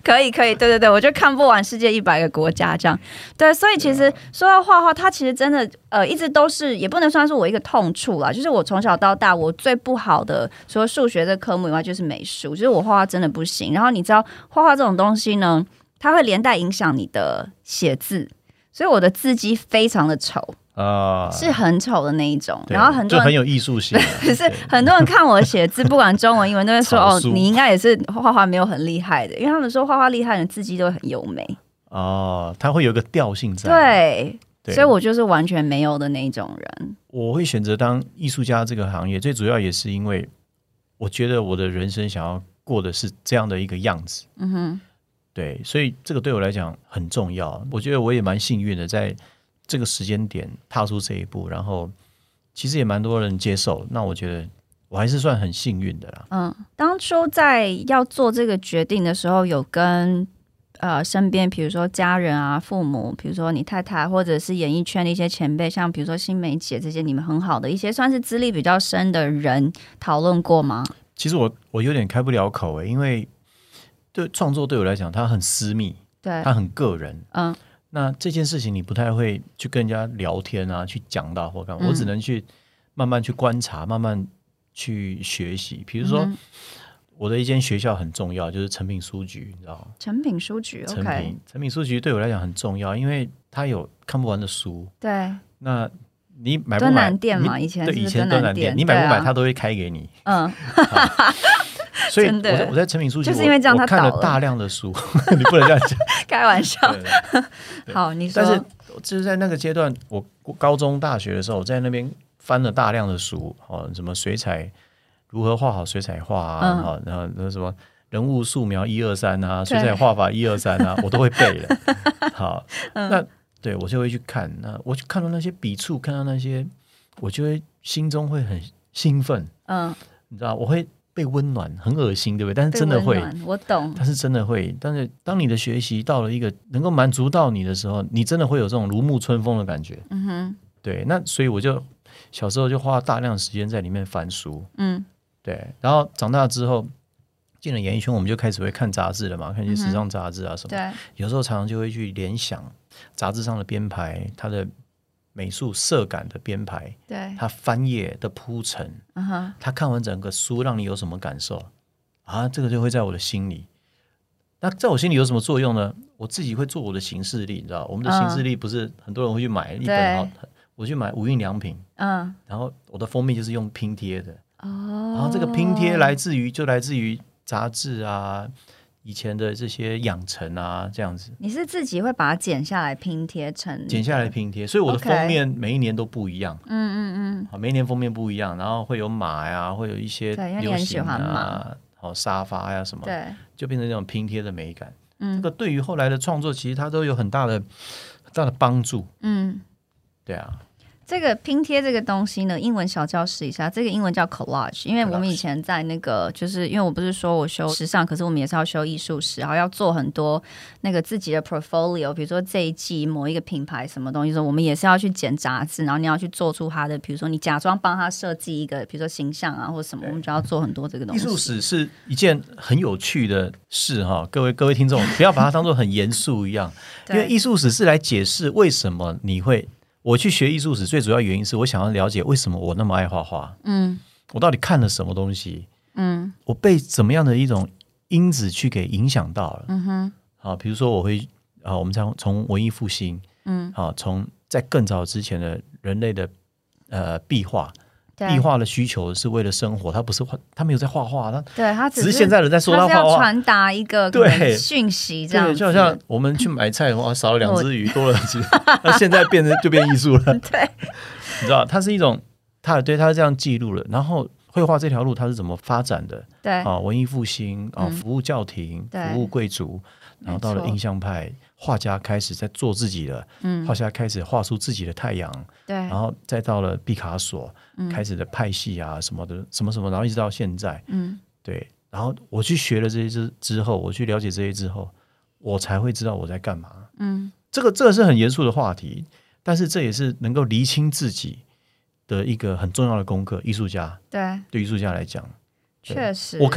可以，对，我就看不完世界100个国家这样。对，所以其实说到画画，它其实真的一直都是，也不能算是我一个痛处啦。就是我从小到大，我最不好的除了数学这科目以外，就是美术，就是我画画真的不行。然后你知道画画这种东西呢，它会连带影响你的写字，所以我的字迹非常的丑。是很丑的那一种，然后很多人就很有艺术性， 可是很多人看我写字，不管中文英文，都会说哦，你应该也是画画没有很厉害的，因为他们说画画厉害的字迹都会很优美它会有一个调性在。 对，所以我就是完全没有的那一种人。 我会选择当艺术家这个行业，最主要也是因为我觉得我的人生想要过的是这样的一个样子。对，所以这个对我来讲很重要。我觉得我也蛮幸运的，在这个时间点踏出这一步，然后其实也蛮多人接受，那我觉得我还是算很幸运的啦。 当初在要做这个决定的时候，有跟身边比如说家人啊、父母，比如说你太太，或者是演艺圈的一些前辈，像比如说新梅姐这些你们很好的一些算是资历比较深的人讨论过吗？ 其实我有点开不了口因为对创作对我来讲它很私密， 对， 它很个人。那这件事情你不太会去跟人家聊天啊，去讲到或干嘛，我只能去慢慢去观察，慢慢去学习。比如说，我的一间学校很重要，就是诚品书局，你知道吗？ 诚品书局 ，OK， 诚品书局对我来讲很重要，因为它有看不完的书。 对， 那你买不买？ 敦南店嘛，以前敦南店，你买不买，它都会开给你。所以我在诚品书局， 就是因为这样， 我看了大量的书，你不能这样讲， 开玩笑。好，你说。 但是就是在那个阶段，我高中、大学的时候，我在那边翻了大量的书，什么水彩，如何画好水彩画啊，然后什么人物素描1、2、3啊，水彩画法1、2、3啊，我都会背了。好，那对我就会去看，那我就看到那些笔触，看到那些，我就会心中会很兴奋。你知道，我会被温暖，很恶心，对不对？但是真的会， 我懂。 但是真的会，但是当你的学习到了一个能够满足到你的时候，你真的会有这种如沐春风的感觉。对，那所以我就小时候就花大量的时间在里面翻书。对，然后长大之后进了演艺圈，我们就开始会看杂志了嘛，看一些时尚杂志啊什么。 对， 有时候常常就会去联想杂志上的编排，它的美术色感的编排， 对， 它翻页的铺陈，它看完整个书让你有什么感受啊？这个就会在我的心里。那在我心里有什么作用呢？我自己会做我的行事历，你知道，我们的行事历不是很多人会去买一本，我去买无印良品，然后我的封面就是用拼贴的，然后这个拼贴来自于杂志啊。以前的这些养成啊，这样子， 你是自己会把它剪下来拼贴成？ 剪下来拼贴，所以我的封面每一年都不一样。每一年封面不一样，然后会有马呀，会有一些流行啊，沙发呀什么，对，就变成这种拼贴的美感。这个对于后来的创作，其实它都有很大的帮助。对啊。 这个拼贴这个东西呢，英文小教室一下，这个英文叫 collage， 因为我们以前在那个，就是因为我不是说我修时尚，可是我们也是要修艺术史，然后要做很多那个自己的 portfolio， 比如说这一季某一个品牌什么东西，说我们也是要去剪杂志，然后你要去做出它的，比如说你假装帮他设计一个，比如说形象啊或什么，我们就要做很多这个东西。 艺术史是一件很有趣的事哈，各位听众不要把它当作很严肃一样，因为艺术史是来解释为什么我去学艺术史最主要原因是我想要了解为什么我那么爱画画。我到底看了什么东西？我被怎么样的一种因子去给影响到了？好，比如说我们从文艺复兴，从在更早之前的人类的壁画的需求是为了生活，他没有在画画，他只是现在人在说他画画， 他是要传达一个讯息，这样子。 对，就好像我们去买菜，少了2只鱼，多了几，那现在就变艺术了。 对， 你知道，它是一种，他是这样记录了。然后绘画这条路它是怎么发展的？ 对， 文艺复兴服务教廷，服务贵族，然后到了印象派，画家开始在做自己的，画家开始画出自己的太阳， 对， 然后再到了毕卡索，开始的派系啊什么的，什么，然后一直到现在，对。然后我去学了这些之后，我去了解这些之后，我才会知道我在干嘛。这个是很严肃的话题，但是这也是能够厘清自己的一个很重要的功课。艺术家对艺术家来讲， 确实， 我可以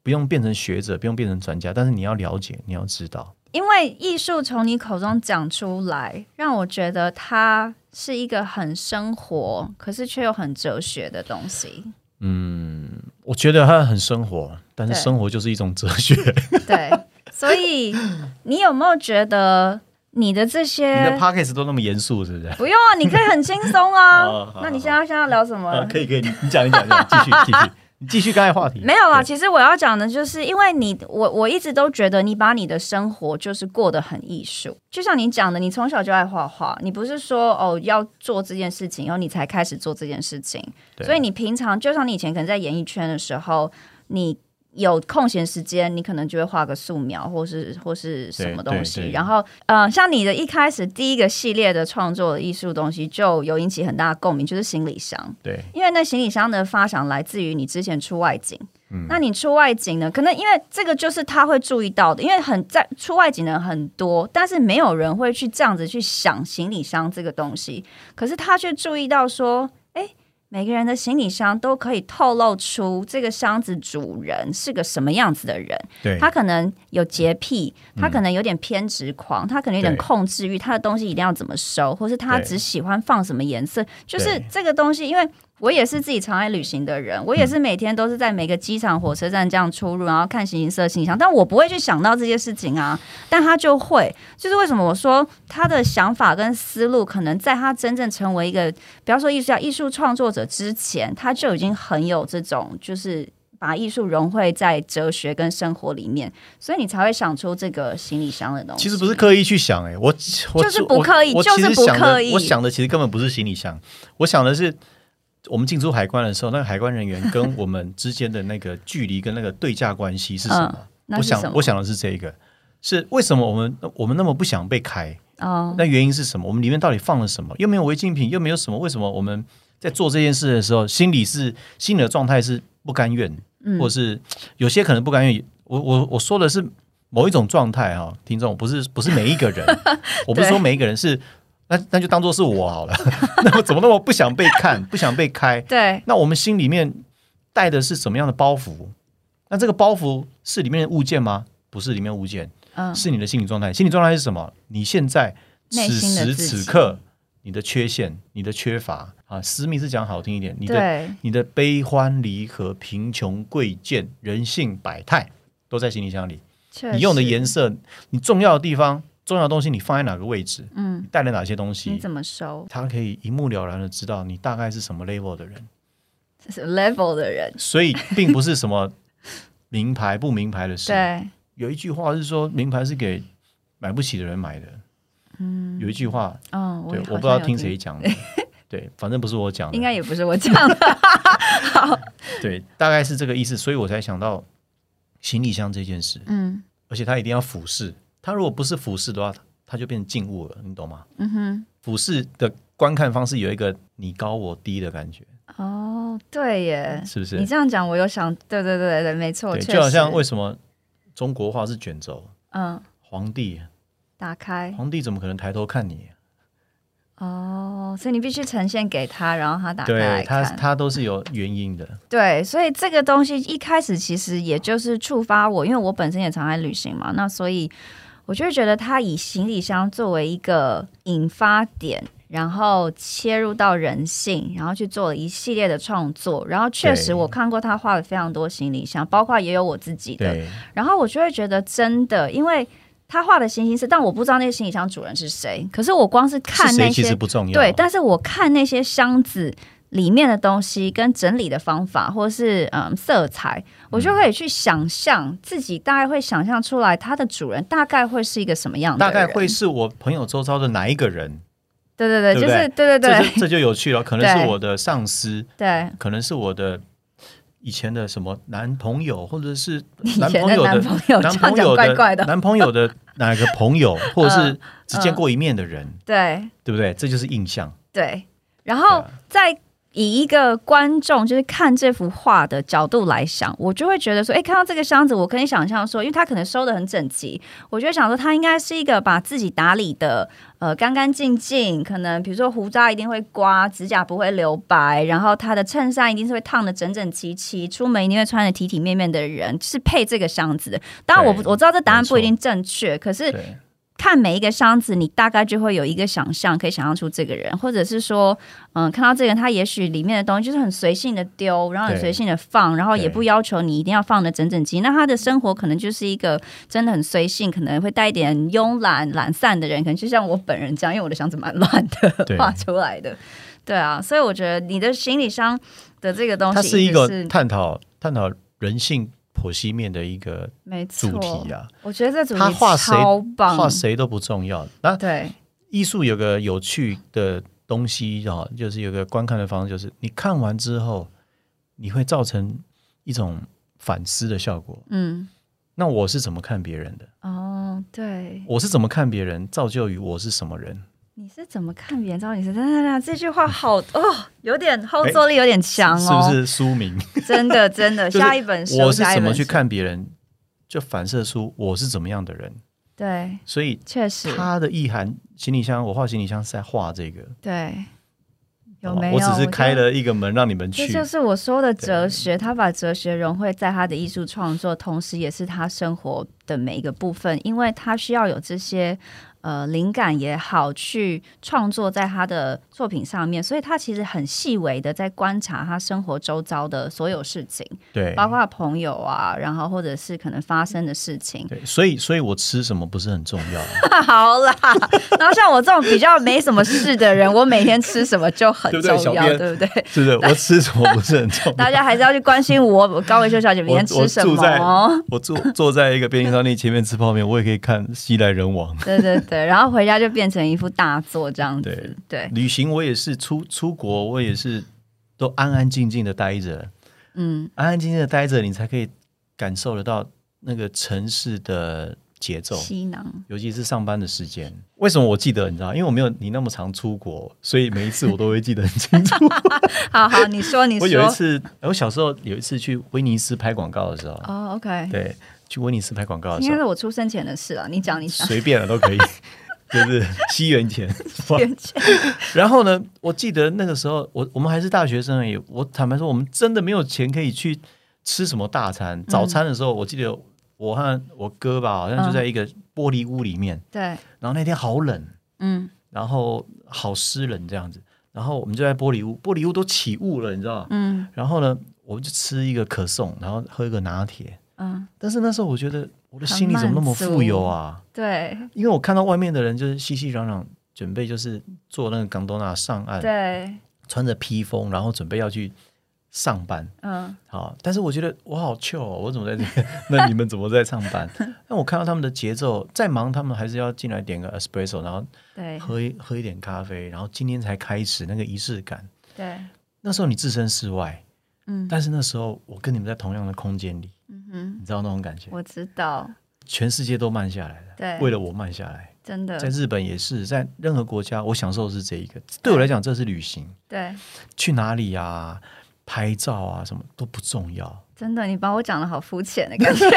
不用变成学者，不用变成专家，但是你要了解，你要知道。 因为艺术从你口中讲出来，让我觉得它是一个很生活，可是却又很哲学的东西。 我觉得它很生活，但是生活就是一种哲学。 对，所以你有没有觉得你的这些， 你的 podcast 都那么严肃，是不是？ 不用啊，你可以很轻松啊。那你现在要聊什么？ 可以，你讲，继续。你继续刚才话题。 没有啦，其实我要讲的就是，因为我一直都觉得你把你的生活就是过得很艺术，就像你讲的，你从小就爱画画，你不是说要做这件事情，然后你才开始做这件事情，所以你平常就像你以前可能在演艺圈的时候，你有空闲时间，你可能就会画个素描，或是什么东西。然后像你的一开始第一个系列的创作的艺术东西，就有引起很大的共鸣，就是行李箱。 对， 因为那行李箱的发想来自于你之前出外景。那你出外景呢？可能因为这个就是他会注意到的，因为在出外景的人很多，但是没有人会去这样子去想行李箱这个东西。可是他却注意到说，每个人的行李箱都可以透露出这个箱子主人是个什么样子的人。 对， 他可能有洁癖，他可能有点偏执狂，他可能有点控制欲，他的东西一定要怎么收，或是他只喜欢放什么颜色。就是这个东西，因为我也是自己常爱旅行的人，我也是每天都是在每个机场、火车站这样出入，然后看形形色行李箱，但我不会去想到这些事情啊，但他就会。就是为什么我说他的想法跟思路，可能在他真正成为一个，不要说艺术家、艺术创作者之前，他就已经很有这种，就是把艺术融汇在哲学跟生活里面，所以你才会想出这个行李箱的东西。 其实不是刻意去想，我就是不刻意，就是不刻意。 我想的其实根本不是行李箱，我想的是我们进出海关的时候，那个海关人员跟我们之间的那个距离跟那个对价关系是什么？我想的是这个，是为什么我们那么不想被开？那原因是什么？我们里面到底放了什么？又没有违禁品，又没有什么？为什么我们在做这件事的时候，心里的状态是不甘愿，或是有些可能不甘愿。我说的是某一种状态哈，听众不是每一个人，我不是说每一个人是。那就当作是我好了。那我怎么那么不想被看，不想被开？ 对。 那我们心里面带的是什么样的包袱？那这个包袱是里面的物件吗？不是里面的物件，是你的心理状态。心理状态是什么？你现在此时此刻你的缺陷、你的缺乏啊，私密是讲好听一点，你的悲欢离合、贫穷贵贱、人性百态，都在行李箱里。你用的颜色，你重要的地方。重要的东西你放在哪个位置？你带了哪些东西？ 你怎么收？ 他可以一目了然的知道你大概是什么 level 的人。 level 的人， 所以并不是什么名牌不名牌的事。 对， 有一句话是说，名牌是给买不起的人买的。有一句话，对，我不知道听谁讲的。对，反正不是我讲的， 应该也不是我讲的。好， 对，大概是这个意思，所以我才想到行李箱这件事。而且它一定要俯视。它如果不是俯视的话，它就变成静物了，你懂吗？俯视的观看方式有一个你高我低的感觉。 对耶， 是不是？ 你这样讲，我有想，对，没错， 就好像为什么中国画是卷轴？皇帝打开， 皇帝怎么可能抬头看你？ 所以你必须呈现给他，然后他打开来看。 对，他都是有原因的。 对，所以这个东西一开始其实也就是触发我，因为我本身也常爱旅行嘛，那所以我就会觉得他以行李箱作为一个引发点，然后切入到人性，然后去做了一系列的创作。然后确实我看过他画了非常多行李箱，包括也有我自己的。然后我就会觉得真的，因为他画的形形是，但我不知道那些行李箱主人是谁。可是我光是看那些， 其实不重要。 对，但是我看那些箱子里面的东西跟整理的方法，或是色彩，我就可以去想象自己大概会想象出来，它的主人大概会是一个什么样的人， 大概会是我朋友周遭的哪一个人。 对，就是对， 这就有趣了。可能是我的上司， 对， 可能是我的以前的什么男朋友，或者是男朋友的男朋友的哪个朋友，或者是只见过一面的人， 对不对？这就是印象。 对，然后在以一个观众就是看这幅画的角度来想，我就会觉得说，看到这个箱子，我可以想象说，因为它可能收得很整齐，我就会想说，它应该是一个把自己打理的干干净净，可能比如说胡渣一定会刮，指甲不会留白，然后他的衬衫一定是会烫的整整齐齐，出门一定会穿的体体面面的人，是配这个箱子的。当然我知道这答案不一定正确，可是看每一个箱子，你大概就会有一个想象，可以想象出这个人，或者是说，看到这个人，他也许里面的东西就是很随性的丢，然后很随性的放，然后也不要求你一定要放的整整齐。那他的生活可能就是一个真的很随性，可能会带一点慵懒、懒散的人，可能就像我本人这样，因为我的箱子蛮乱的，画出来的。对啊，所以我觉得你的行李箱的这个东西， 它是一个探讨人性剖析面的一个主题啊， 我觉得这主题超棒， 画谁都不重要。那对艺术有个有趣的东西就是有个观看的方式，就是你看完之后，你会造成一种反思的效果。那我是怎么看别人的？ 对， 我是怎么看别人，造就于我是什么人。 你是怎么看别人？你是这句话好有点后坐力，有点强是不是书名？ 真的真的，下一本书， 我是怎么去看别人，就反射出我是怎么样的人。 对， 所以确实， 它的意涵，行李箱，我画行李箱是在画这个。 对，有没有？ 我只是开了一个门让你们去。 这就是我说的哲学，他把哲学融汇在他的艺术创作，同时也是他生活的每一个部分，因为他需要有这些。灵感也好，去创作在他的作品上面，所以他其实很细微的在观察他生活周遭的所有事情， 对， 包括朋友啊，然后或者是可能发生的事情。 对，所以我吃什么不是很重要。 好啦，然后像我这种比较没什么事的人，我每天吃什么就很重要，对不对？ 是的，我吃什么不是很重要。 大家还是要去关心我高维修小姐每天吃什么。 我坐在一个便利商店前面吃泡面，我也可以看《熙来人往》。 对对对。然后回家就变成一幅大作这样子。对， 旅行我也是出国，我也是都安安静静的待着。安安静静的待着，你才可以感受得到那个城市的节奏， 气囊， 尤其是上班的时间。为什么我记得？你知道，因为我没有你那么常出国，所以每一次我都会记得很清楚。 好，你说。 我有一次，我小时候有一次去威尼斯拍广告的时候。 OK。 对。去威尼斯拍广告的时候， 应该是我出生前的事了。你讲， 随便了都可以，就是西元前。然后呢，我记得那个时候，我们还是大学生而已。我坦白说，我们真的没有钱可以去吃什么大餐。早餐的时候，我记得我和我哥吧，好像就在一个玻璃屋里面。 对。 然后那天好冷，然后好湿冷这样子。然后我们就在玻璃屋都起雾了，你知道吗？然后呢，我们就吃一个可颂，然后喝一个拿铁。但是那时候我觉得我的心里怎么那么富有啊？ 对， 因为我看到外面的人就是熙熙攘攘，准备就是坐那个港多纳上岸， 对， 穿着披风，然后准备要去上班。好，但是我觉得我好糗哦，我怎么在这边？那你们怎么在上班？那我看到他们的节奏，再忙他们还是要进来点个 espresso， 然后喝一点咖啡，然后今天才开始那个仪式感。 对， 那时候你置身事外，但是那时候我跟你们在同样的空间里。你知道那种感觉？ 我知道， 全世界都慢下来了， 对， 为了我慢下来， 真的。 在日本也是，在任何国家，我享受的是这一个。对我来讲，这是旅行。 对， 去哪里啊，拍照啊，什么都不重要。 真的，你把我讲的好肤浅的感觉。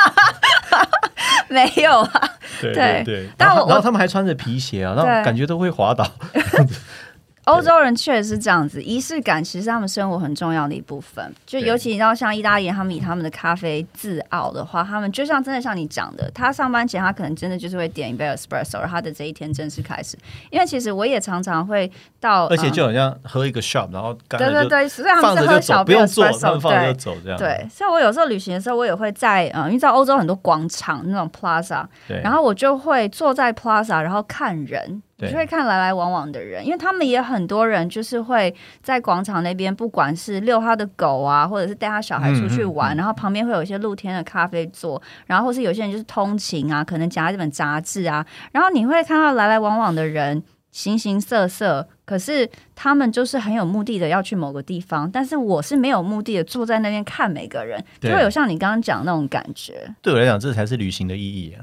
没有啊， 对。然后他们还穿着皮鞋啊，然后感觉都会滑倒。 欧洲人确实是这样子，仪式感其实是他们生活很重要的一部分。就尤其你知道，像意大利人，他们以他们的咖啡自傲的话，他们就像真的像你讲的，他上班前他可能真的就是会点一杯 espresso， 然后他的这一天正式开始。因为其实我也常常会到， 而且就好像喝一个 shot， 然后对，所以他们是喝小杯 espresso， 放着就走这样。 对，所以我有时候旅行的时候，我也会在因为在欧洲很多广场那种 plaza， 然后我就会坐在 plaza， 然后看人。你就会看来来往往的人，因为他们也很多人就是会在广场那边，不管是遛他的狗啊，或者是带他小孩出去玩，然后旁边会有一些露天的咖啡座，然后或是有些人就是通勤啊，可能夹一本杂志啊，然后你会看到来来往往的人形形色色，可是他们就是很有目的的要去某个地方，但是我是没有目的的坐在那边看每个人，就会有像你刚刚讲那种感觉。 对我来讲，这才是旅行的意义啊。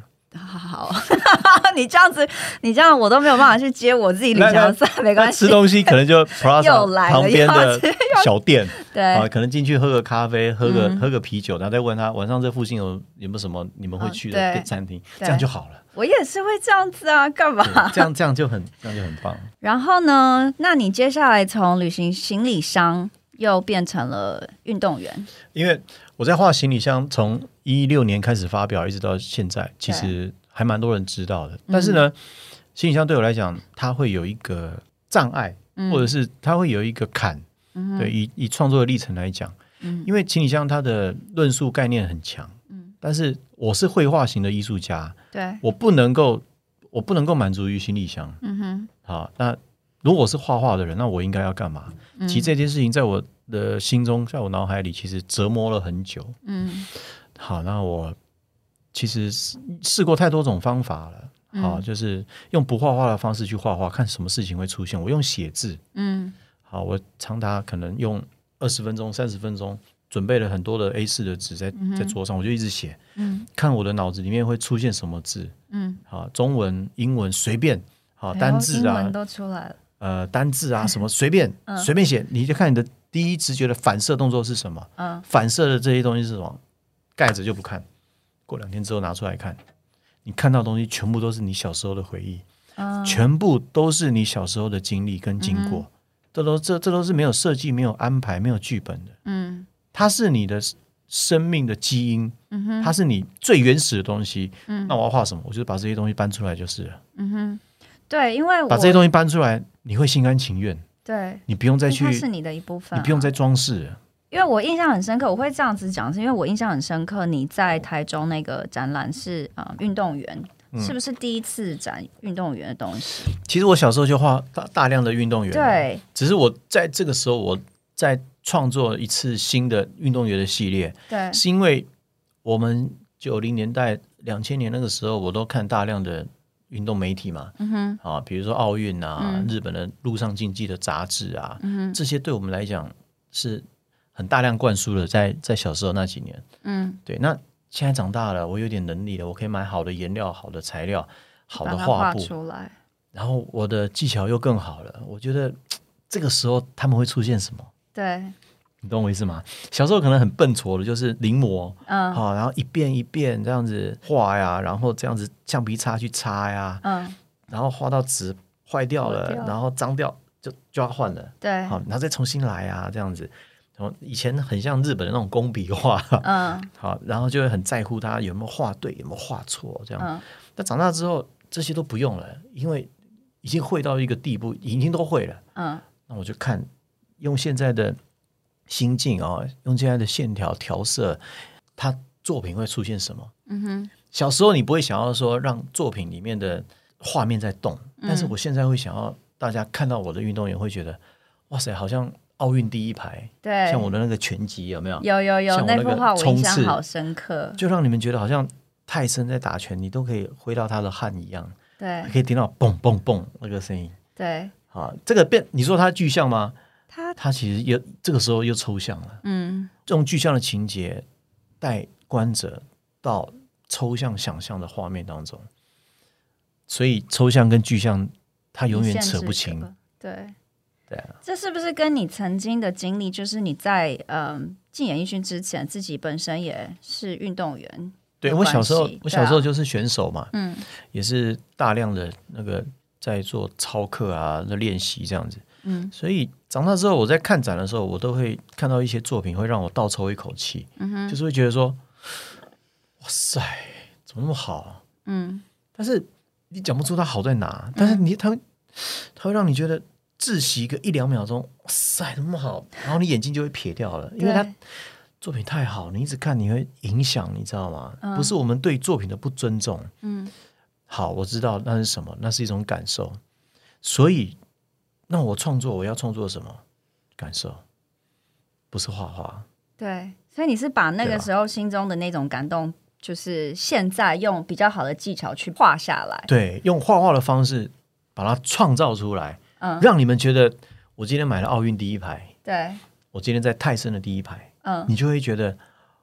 好，你这样我都没有办法去接我自己旅行的赛，没关系。 吃东西可能就 Plaza 旁边的小店， 对， 可能进去喝个咖啡，喝个啤酒，然后再问他晚上这附近有没有什么你们会去的餐厅，这样就好了。 我也是会这样子啊，干嘛？ 这样就很棒。 然后呢？那你接下来从旅行行李箱又变成了运动员？ 因为我在画行李箱，从2016年开始发表，一直到现在，其实还蛮多人知道的。但是呢，行李箱对我来讲，它会有一个障碍，或者是它会有一个坎。对，以创作的历程来讲，因为行李箱它的论述概念很强。但是我是绘画型的艺术家， 对， 我不能够满足于行李箱。好，那如果我是画画的人，那我应该要干嘛？其实这件事情在我的心中，在我脑海里，其实折磨了很久。好，那我其实试过太多种方法了。好，就是用不画画的方式去画画，看什么事情会出现。我用写字，好，我长达可能用20分钟、30分钟。准备了很多的 A4 的纸在桌上，我就一直写，看我的脑子里面会出现什么字，好，中文、英文随便，好，单字啊， 英文都出来了， 单字啊什么随便写，你就看你的第一直觉的反射动作是什么，反射的这些东西是什么，盖着就不看，过2天之后拿出来看，你看到的东西全部都是你小时候的回忆，全部都是你小时候的经历跟经过，这都是没有设计、没有安排、没有剧本的，它是你的生命的基因，它是你最原始的东西。那我要画什么？我就把这些东西搬出来就是了。 对，因为把这些东西搬出来，你会心甘情愿。 对， 你不用再去， 它是你的一部分， 你不用再装饰了。 因为我印象很深刻，我会这样子讲，是因为我印象很深刻。你在台中那个展览是运动员，是不是第一次展运动员的东西？ 其实我小时候就画大量的运动员， 对， 只是我在这个时候我在创作一次新的运动员的系列， 对， 是因为我们90年代、2000年那个时候，我都看大量的运动媒体嘛，比如说奥运啊，日本的陆上竞技的杂志啊，这些对我们来讲是很大量灌输的，在小时候那几年，对。那现在长大了，我有点能力了，我可以买好的颜料、好的材料、好的画布出来， 然后我的技巧又更好了。我觉得这个时候他们会出现什么？ 对， 你懂我意思吗？小时候可能很笨拙的，就是临摹，好，然后一遍一遍这样子画呀，然后这样子橡皮擦去擦呀，然后画到纸坏掉了，然后脏掉就要换了， 对， 好，然后再重新来啊，这样子。然后以前很像日本的那种工笔画，好，然后就会很在乎他有没有画对，有没有画错，这样。但长大之后这些都不用了，因为已经会到一个地步，已经都会了，那我就看。用现在的心境用现在的线条调色，它作品会出现什么？小时候你不会想要说让作品里面的画面在动，但是我现在会想要大家看到我的运动员会觉得，哇塞，好像奥运第一排， 对， 像我的那个拳击有没有？ 有那幅画我印象好深刻， 就让你们觉得好像泰森在打拳，你都可以挥到他的汗一样， 对， 可以听到嘣嘣嘣那个声音， 对， 好，这个你说它具象吗？它其实又这个时候又抽象了，这种具象的情节带观者到抽象想象的画面当中，所以抽象跟具象它永远扯不清。 对， 啊， 这是不是跟你曾经的经历，就是你在进演艺圈之前，自己本身也是运动员？ 对，我小时候就是选手嘛，也是大量的那个在做操课啊、练习这样子。所以长大之后，我在看展的时候，我都会看到一些作品，会让我倒抽一口气，就是会觉得说，哇塞，怎么那么好？但是你讲不出它好在哪，但是它会让你觉得窒息个1-2秒钟，哇塞，怎么那么好？然后你眼睛就会撇掉了，因为它作品太好，你一直看你会影响，你知道吗？不是我们对作品的不尊重。好，我知道那是什么，那是一种感受，所以。那我要创作什么感受？不是画画。对， 所以你是把那个时候心中的那种感动，就是现在用比较好的技巧去画下来。 对，用画画的方式把它创造出来，让你们觉得我今天买了奥运第一排， 对， 我今天在泰森的第一排，你就会觉得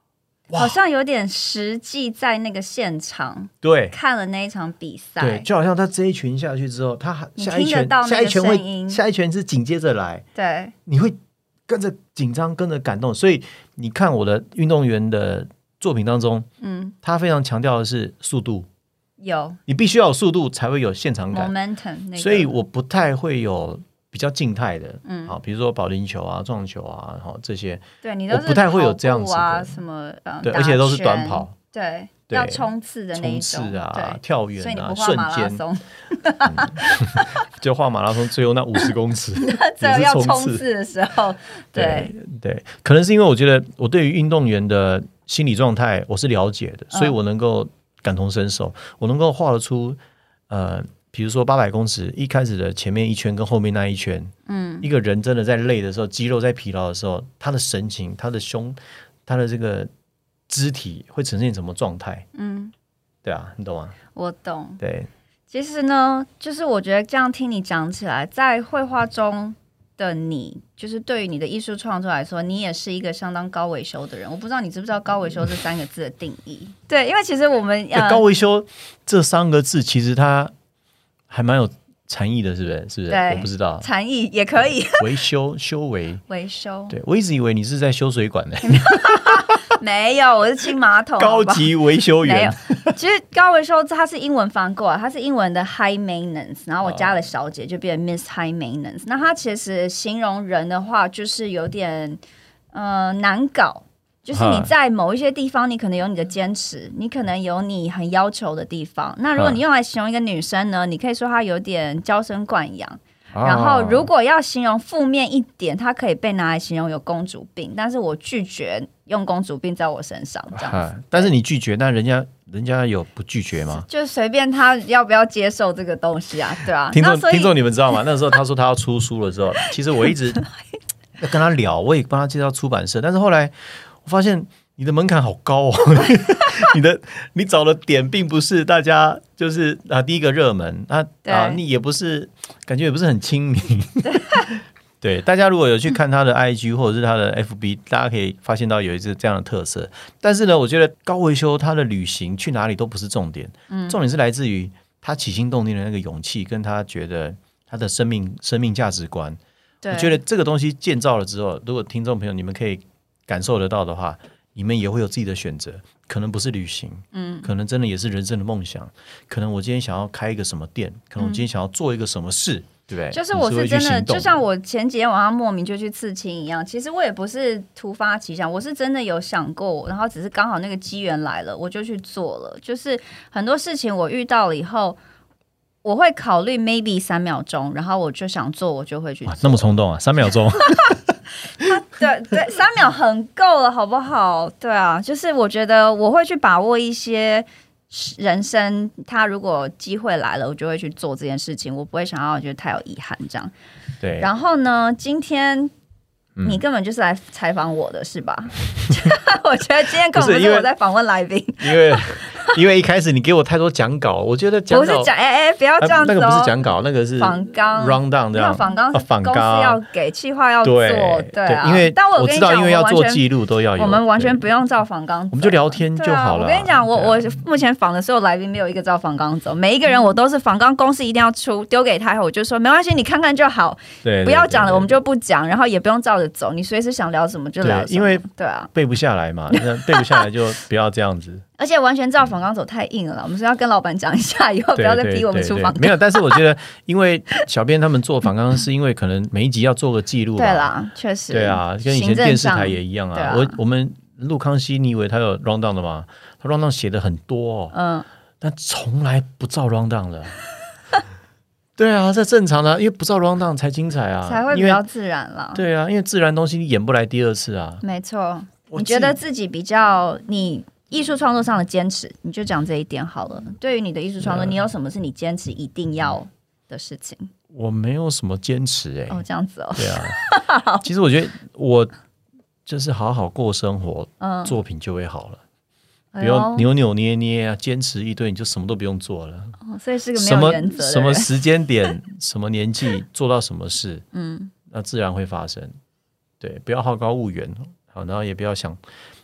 好像有点实际在那个现场对看了那一场比赛， 对，就好像他这一拳下去之后，他下一你听得拳到那个声音下一拳是紧接着来， 对， 你会跟着紧张，跟着感动。所以你看我的运动员的作品当中，他非常强调的是速度， 有你必须要有速度才会有现场感 momentum 那个， 所以我不太会有比较静态的，好，比如说保龄球啊、撞球啊，好这些， 对你都是我不太会有这样子的跑步啊，什么对，而且都是短跑， 对， 对要冲刺的那一种， 冲刺啊、 对跳远啊、 所以你不画瞬马拉间， 松， 就画马拉松，最后那50公尺最后也是冲要冲刺。 刺的时候，对， 对，可能是因为我觉得我对于运动员的心理状态我是了解的，所以我能够感同身受，我能够画得出比如说800公尺一开始的前面一圈跟后面那一圈，一个人真的在累的时候，肌肉在疲劳的时候，他的神情、他的他的这个肢体会呈现什么状态？对啊，你懂吗？ 我懂。 对， 其实呢，就是我觉得这样听你讲起来，在绘画中的你，就是对于你的艺术创作来说，你也是一个相当高维修的人。我不知道你知不知道高维修这3个字的定义？对，因为其实我们高维修这3个字，其实它还蛮有禅意的，是不是？是不是？ 对， 我不知道， 禅意也可以。 维修、修维、 维修。 对，我一直以为你是在修水管的。 没有，我是清马桶。 高级维修员。 没有，其实高维修它是英文翻过来，它是英文的 high maintenance， 然后我加了小姐就变成 Miss High Maintenance。那它其实形容人的话，就是有点难搞。就是你在某一些地方，你可能有你的坚持，你可能有你很要求的地方。那如果你用来形容一个女生呢，你可以说她有点娇生惯养。然后，如果要形容负面一点，它可以被拿来形容有公主病，但是我拒绝用公主病在我身上这样子。 但是你拒绝，那人家有不拒绝吗？ 就随便他要不要接受这个东西啊，对啊。 听众你们知道吗？那时候他说他要出书了之后，其实我一直要跟他聊，我也帮他介绍出版社，但是后来我发现你的门槛好高哦，你找的点并不是大家就是第一个热门你也不是感觉也不是很亲民。对，大家如果有去看他的 IG 或者是他的 FB， 大家可以发现到有一次这样的特色。但是呢，我觉得高维修他的旅行去哪里都不是重点，重点是来自于他起心动念的那个勇气，跟他觉得他的生命价值观。我觉得这个东西建造了之后，如果听众朋友你们可以感受得到的话，你们也会有自己的选择，可能不是旅行，可能真的也是人生的梦想，可能我今天想要开一个什么店，可能我今天想要做一个什么事，对不对？ 就是我是真的，就像我前几天晚上莫名就去刺青一样，其实我也不是突发奇想，我是真的有想过，然后只是刚好那个机缘来了，我就去做了。就是很多事情我遇到了以后，我会考虑 maybe 3秒钟，然后我就想做，我就会去做。 那么冲动啊，3秒钟。 对，3秒很够了，好不好？对啊，就是我觉得我会去把握一些人生，他如果机会来了，我就会去做这件事情，我不会想要觉得太有遗憾这样。 对。 然后呢，今天你根本就是来采访我的，是吧？我觉得今天根本不是我在访问来宾， 因为一开始你给我太多讲稿，我觉得讲稿不是讲不要这样子哦， 那个不是讲稿，那个是访纲 round down 这样， 访纲是公司要给，企划要做，对啊。 因为但我知道，因为要做记录都要有， 我们完全不用照访纲走， 我们就聊天就好了。 我跟你讲，我目前访的所有来宾没有一个照访纲走，每一个人我都是访纲公司一定要出，丢给他以后我就说没关系，你看看就好，不要讲了我们就不讲，然后也不用照着走，你随时想聊什么就聊什么， 因为对啊， 背不下来嘛，背不下来就不要这样子。 而且完全照访纲走太硬了啦，我们是要跟老板讲一下，以后不要再逼我们出访纲。 没有，但是我觉得，因为小编他们做访纲，是因为可能每一集要做个记录。 对啦，确实。 对啊，跟以前电视台也一样啊。我们录康熙，你以为他有 round down 的吗？他 round down 写的很多但从来不照 round down 的。对啊，这正常的，因为不照 round down 才精彩啊， 才会比较自然啦。 对啊，因为自然东西你演不来第二次啊。 没错，你觉得自己比较你艺术创作上的坚持，你就讲这一点好了。对于你的艺术创作，你有什么是你坚持一定要的事情？ 我没有什么坚持这样子哦。 对啊，其实我觉得我就是好好过生活，作品就会好了。不要扭扭捏捏啊，坚持一堆，你就什么都不用做了。 所以是个没有原则的人。 什么时间点、什么年纪做到什么事，那自然会发生。对，不要好高骛远，好，然后也不要想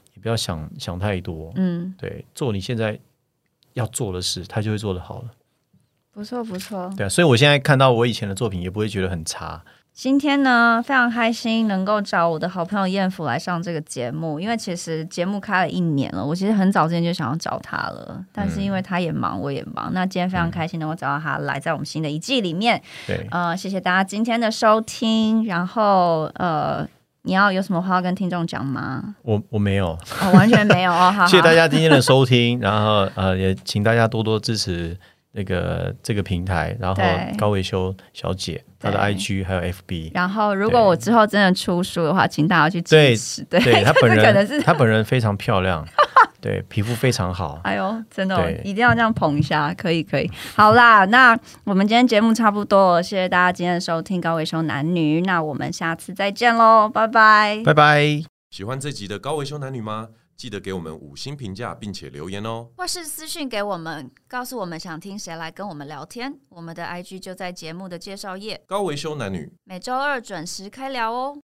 也不要想太多，对，做你现在要做的事，他就会做得好了。 不错不错， 对啊，所以我现在看到我以前的作品，也不会觉得很差。 今天呢，非常开心能够找我的好朋友燕福来上这个节目，因为其实节目开了1年了，我其实很早之前就想要找他了，但是因为他也忙，我也忙，那今天非常开心能够找到他来在我们新的一季里面。 对， 谢谢大家今天的收听，然后你要有什么话要跟听众讲吗？ 我没有， 完全没有哦。好， 谢谢大家今天的收听，然后也请大家多多支持这个平台，然后高维修小姐她的 IG 还有 FB， 然后如果我之后真的出书的话，请大家去支持。 对，她本人非常漂亮，对，皮肤非常好。 哎呦，真的一定要这样捧一下，可以。好啦，那我们今天节目差不多了，谢谢大家今天的收听高维修男女，那我们下次再见喽，拜拜， 拜拜。 喜欢这集的高维修男女吗？记得给我们5星评价，并且留言哦， 或是私讯给我们，告诉我们想听谁来跟我们聊天。我们的 IG 就在节目的介绍页。 高维修男女每周2准时开聊哦。